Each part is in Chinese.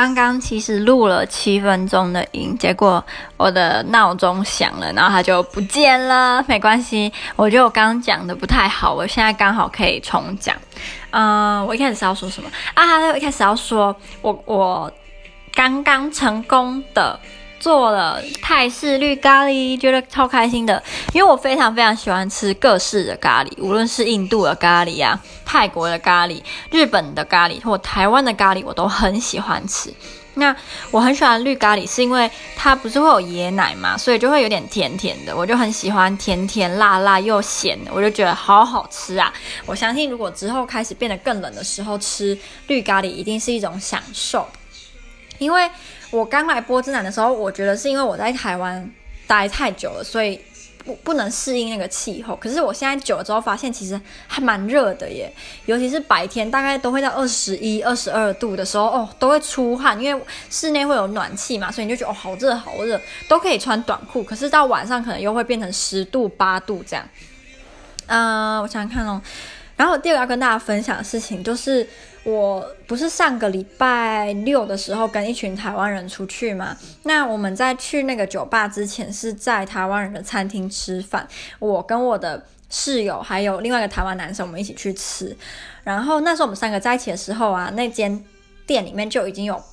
刚刚其实录了7分钟的音，结果我的闹钟响了，然后它就不见了。没关系，我觉得我刚刚讲的不太好，我现在刚好可以重讲。我一开始是要说什么啊？我一开始要说我刚刚成功的做了泰式绿咖喱，觉得超开心的，因为我非常非常喜欢吃各式的咖喱，无论是印度的咖喱啊、泰国的咖喱、日本的咖喱或台湾的咖喱，我都很喜欢吃。那我很喜欢绿咖喱，是因为它不是会有椰奶嘛，所以就会有点甜甜的，我就很喜欢甜甜辣辣又咸的，我就觉得好好吃啊！我相信如果之后开始变得更冷的时候吃绿咖喱，一定是一种享受。因为我刚来波兹南的时候，我觉得是因为我在台湾待太久了，所以不能适应那个气候。可是我现在久了之后发现其实还蛮热的耶，尤其是白天大概都会到21、22度的时候，都会出汗，因为室内会有暖气嘛，所以你就觉得好热好热，都可以穿短裤。可是到晚上可能又会变成10度、8度这样。我想想看哦。然后第二个要跟大家分享的事情就是，我不是上个礼拜六的时候跟一群台湾人出去嘛？那我们在去那个酒吧之前是在台湾人的餐厅吃饭，我跟我的室友还有另外一个台湾男生，我们一起去吃。然后那时候我们3个在一起的时候啊，那间店里面就已经有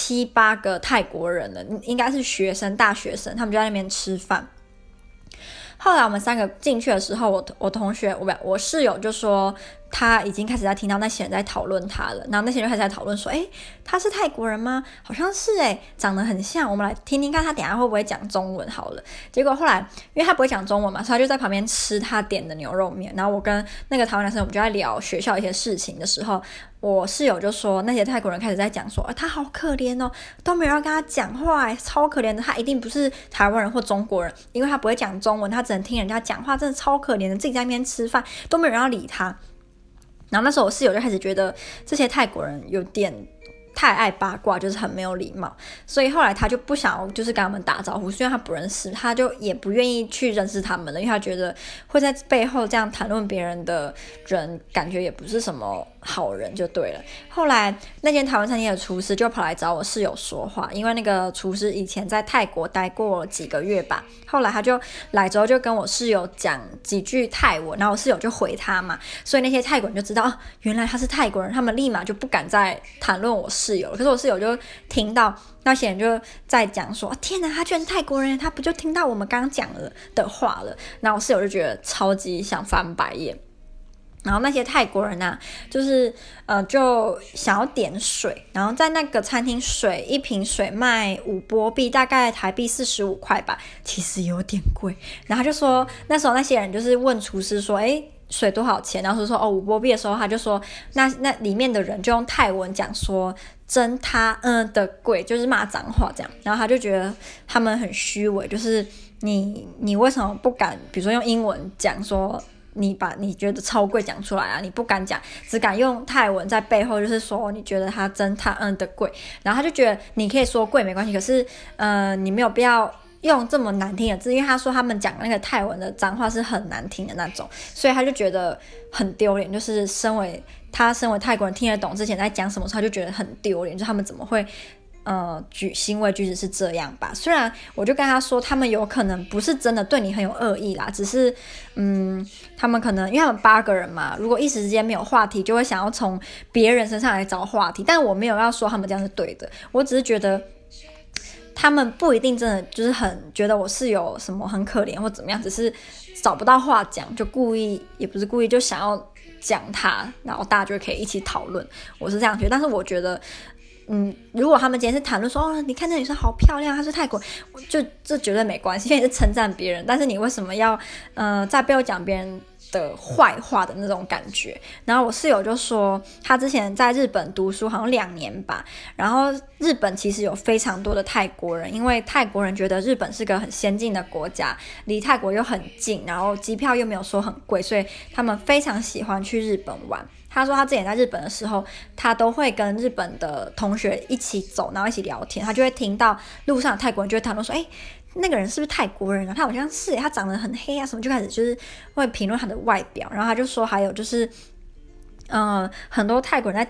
7、8个泰国人了，应该是学生、大学生，他们就在那边吃饭。后来我们3个进去的时候，我室友就说他已经开始在听到那些人在讨论他了，然后那些人就开始在讨论说，他是泰国人吗？好像是长得很像，我们来听听看他等一下会不会讲中文好了。结果后来因为他不会讲中文嘛，所以他就在旁边吃他点的牛肉面，然后我跟那个台湾男生我们就在聊学校一些事情的时候，我室友就说那些泰国人开始在讲说，他好可怜哦，都没有人跟他讲话，超可怜的，他一定不是台湾人或中国人，因为他不会讲中文，他只能听人家讲话，真的超可怜的，自己在那边吃饭都没有人要理他。然后那时候我室友就开始觉得这些泰国人有点太爱八卦，就是很没有礼貌，所以后来他就不想要就是跟他们打招呼，虽然他不认识，他就也不愿意去认识他们了，因为他觉得会在背后这样谈论别人的人，感觉也不是什么好人就对了。后来那间台湾餐厅的厨师就跑来找我室友说话，因为那个厨师以前在泰国待过几个月吧，后来他就来之后就跟我室友讲几句泰文，然后我室友就回他嘛，所以那些泰国人就知道，原来他是泰国人，他们立马就不敢再谈论我室友了。可是我室友就听到那些人就在讲说，天哪，他居然是泰国人，他不就听到我们刚刚讲了的话了？然后我室友就觉得超级想翻白眼。然后那些泰国人啊，就是就想要点水，然后在那个餐厅一瓶水卖5波币，大概台币45块吧，其实有点贵。然后他就说那时候那些人就是问厨师说，水多少钱？然后说5波币的时候，他就说那里面的人就用泰文讲说真他的贵，就是骂脏话这样。然后他就觉得他们很虚伪，就是你为什么不敢，比如说用英文讲说你把你觉得超贵讲出来啊，你不敢讲，只敢用泰文在背后就是说你觉得它真它的贵，然后他就觉得你可以说贵没关系，可是你没有必要用这么难听的字，因为他说他们讲那个泰文的脏话是很难听的那种，所以他就觉得很丢脸，就是身为泰国人听得懂之前在讲什么时候，他就觉得很丢脸，就他们怎么会行为举止是这样吧。虽然我就跟他说他们有可能不是真的对你很有恶意啦，只是他们可能因为他们8个人嘛，如果一时之间没有话题，就会想要从别人身上来找话题，但我没有要说他们这样是对的，我只是觉得他们不一定真的就是很觉得我室友什么很可怜或怎么样，只是找不到话讲，就故意，也不是故意，就想要讲他，然后大家就可以一起讨论，我是这样觉得。但是我觉得如果他们今天是谈论说你看那女生好漂亮，她是泰国，就这绝对没关系，因为你是称赞别人，但是你为什么要在背后讲别人的坏话的那种感觉。然后我室友就说他之前在日本读书好像2年吧，然后日本其实有非常多的泰国人，因为泰国人觉得日本是个很先进的国家，离泰国又很近，然后机票又没有说很贵，所以他们非常喜欢去日本玩。他说他之前在日本的时候，他都会跟日本的同学一起走，然后一起聊天，他就会听到路上的泰国人就会谈论说那个人是不是泰国人啊？他好像是他长得很黑啊什么，就开始就是会评论他的外表。然后他就说还有就是很多泰国人在打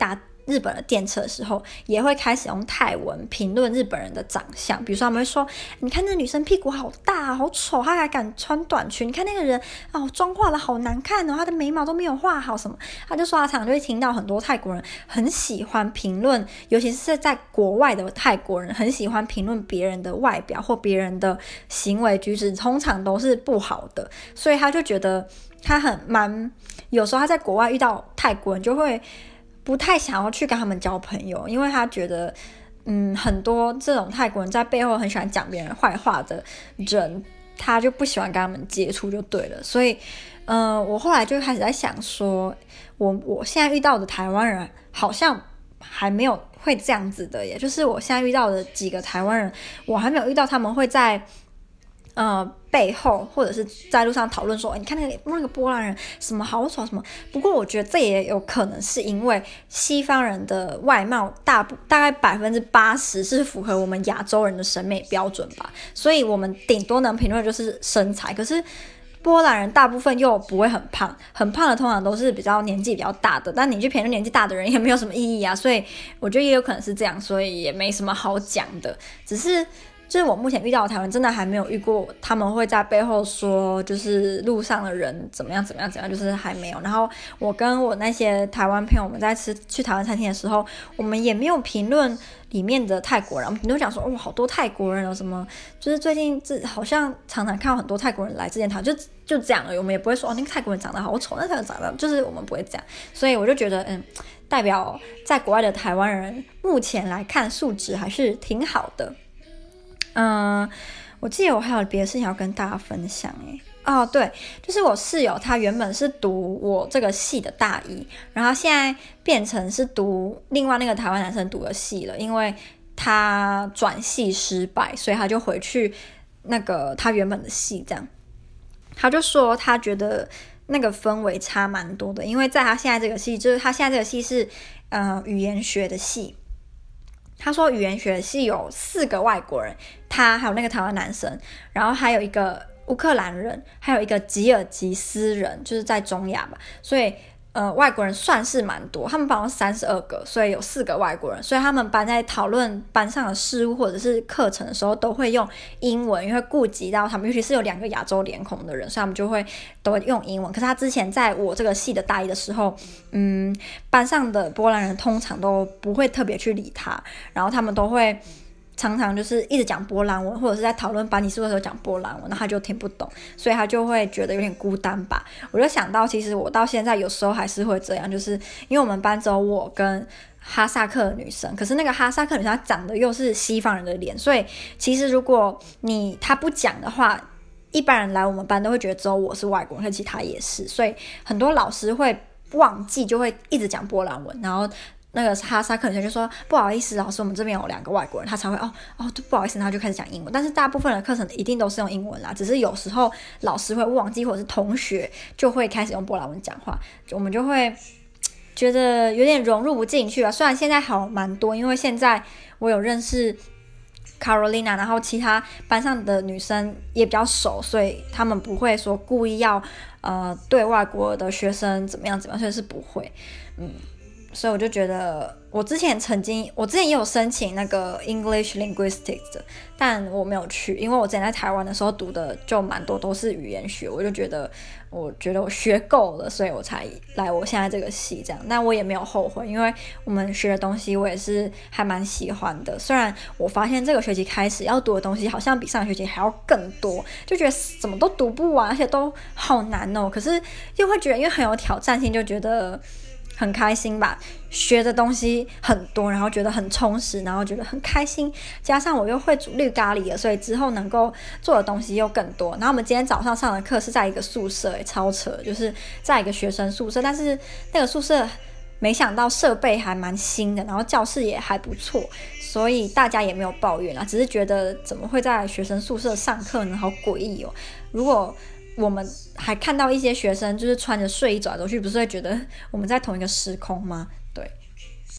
日本的电车的时候，也会开始用泰文评论日本人的长相，比如说他们会说，你看那女生屁股好大好丑，她还敢穿短裙，你看那个人妆化的好难看哦，她的眉毛都没有画好什么，他就说他常常就会听到很多泰国人很喜欢评论，尤其是在国外的泰国人很喜欢评论别人的外表或别人的行为举止，通常都是不好的，所以他就觉得他有时候他在国外遇到泰国人就会不太想要去跟他们交朋友，因为他觉得很多这种泰国人在背后很喜欢讲别人坏话的人，他就不喜欢跟他们接触就对了。所以我后来就开始在想说，我现在遇到的台湾人好像还没有会这样子的耶，就是我现在遇到的几个台湾人，我还没有遇到他们会在背后或者是在路上讨论说，你看那个波兰人什么好丑什么。不过我觉得这也有可能是因为西方人的外貌大概80%是符合我们亚洲人的审美标准吧，所以我们顶多能评论就是身材，可是波兰人大部分又不会很胖，很胖的通常都是比较年纪比较大的，但你去评论年纪大的人也没有什么意义啊，所以我觉得也有可能是这样，所以也没什么好讲的。只是就是我目前遇到的台湾真的还没有遇过他们会在背后说就是路上的人怎么样，就是还没有。然后我跟我那些台湾朋友，我们在去台湾餐厅的时候，我们也没有评论里面的泰国人，我们都讲说好多泰国人什么，就是最近好像常常看到很多泰国人来这间台，就这样而已，我们也不会说那个泰国人长得好丑，那泰国人长得就是我们不会这样。所以我就觉得代表在国外的台湾人目前来看素质还是挺好的。我记得我还有别的事情要跟大家分享对，就是我室友他原本是读我这个系的大一，然后现在变成是读另外那个台湾男生读的系了，因为他转系失败，所以他就回去那个他原本的系这样。他就说他觉得那个氛围差蛮多的，因为在他现在这个系，就是他现在这个系是语言学的系。他说语言学系有4个外国人，他还有那个台湾男生，然后还有一个乌克兰人，还有一个吉尔吉斯人，就是在中亚吧，所以外国人算是蛮多，他们班上32个，所以有4个外国人，所以他们班在讨论班上的事务或者是课程的时候都会用英文，因为顾及到他们，尤其是有2个亚洲脸孔的人，所以他们就会都会用英文。可是他之前在我这个系的大一的时候，班上的波兰人通常都不会特别去理他，然后他们都会常常就是一直讲波兰文，或者是在讨论班级事务的时候讲波兰文，那他就听不懂，所以他就会觉得有点孤单吧。我就想到，其实我到现在有时候还是会这样，就是因为我们班只有我跟哈萨克的女生，可是那个哈萨克女生她长得又是西方人的脸，所以其实如果她不讲的话，一般人来我们班都会觉得只有我是外国人，可其他也是，所以很多老师会忘记，就会一直讲波兰文，然后那个哈萨克女生就说不好意思老师，我们这边有2个外国人，他才会不好意思，然后就开始讲英文。但是大部分的课程一定都是用英文啦，只是有时候老师会忘记，或者是同学就会开始用波兰文讲话，我们就会觉得有点融入不进去啊。虽然现在好蛮多，因为现在我有认识Carolina， 然后其他班上的女生也比较熟，所以他们不会说故意要对外国的学生怎么样，所以是不会。所以我就觉得我之前也有申请那个 English Linguistics 的，但我没有去，因为我之前在台湾的时候读的就蛮多都是语言学，我觉得我学够了，所以我才来我现在这个系这样。但我也没有后悔，因为我们学的东西我也是还蛮喜欢的，虽然我发现这个学期开始要读的东西好像比上学期还要更多，就觉得怎么都读不完，而且都好难哦，可是又会觉得因为很有挑战性，就觉得很开心吧，学的东西很多，然后觉得很充实，然后觉得很开心，加上我又会煮绿咖喱了，所以之后能够做的东西又更多。然后我们今天早上上的课是在一个宿舍，超扯，就是在一个学生宿舍，但是那个宿舍没想到设备还蛮新的，然后教室也还不错，所以大家也没有抱怨啦，只是觉得怎么会在学生宿舍上课呢，好诡异哦。如果我们还看到一些学生就是穿着睡衣走来走去，不是会觉得我们在同一个时空吗？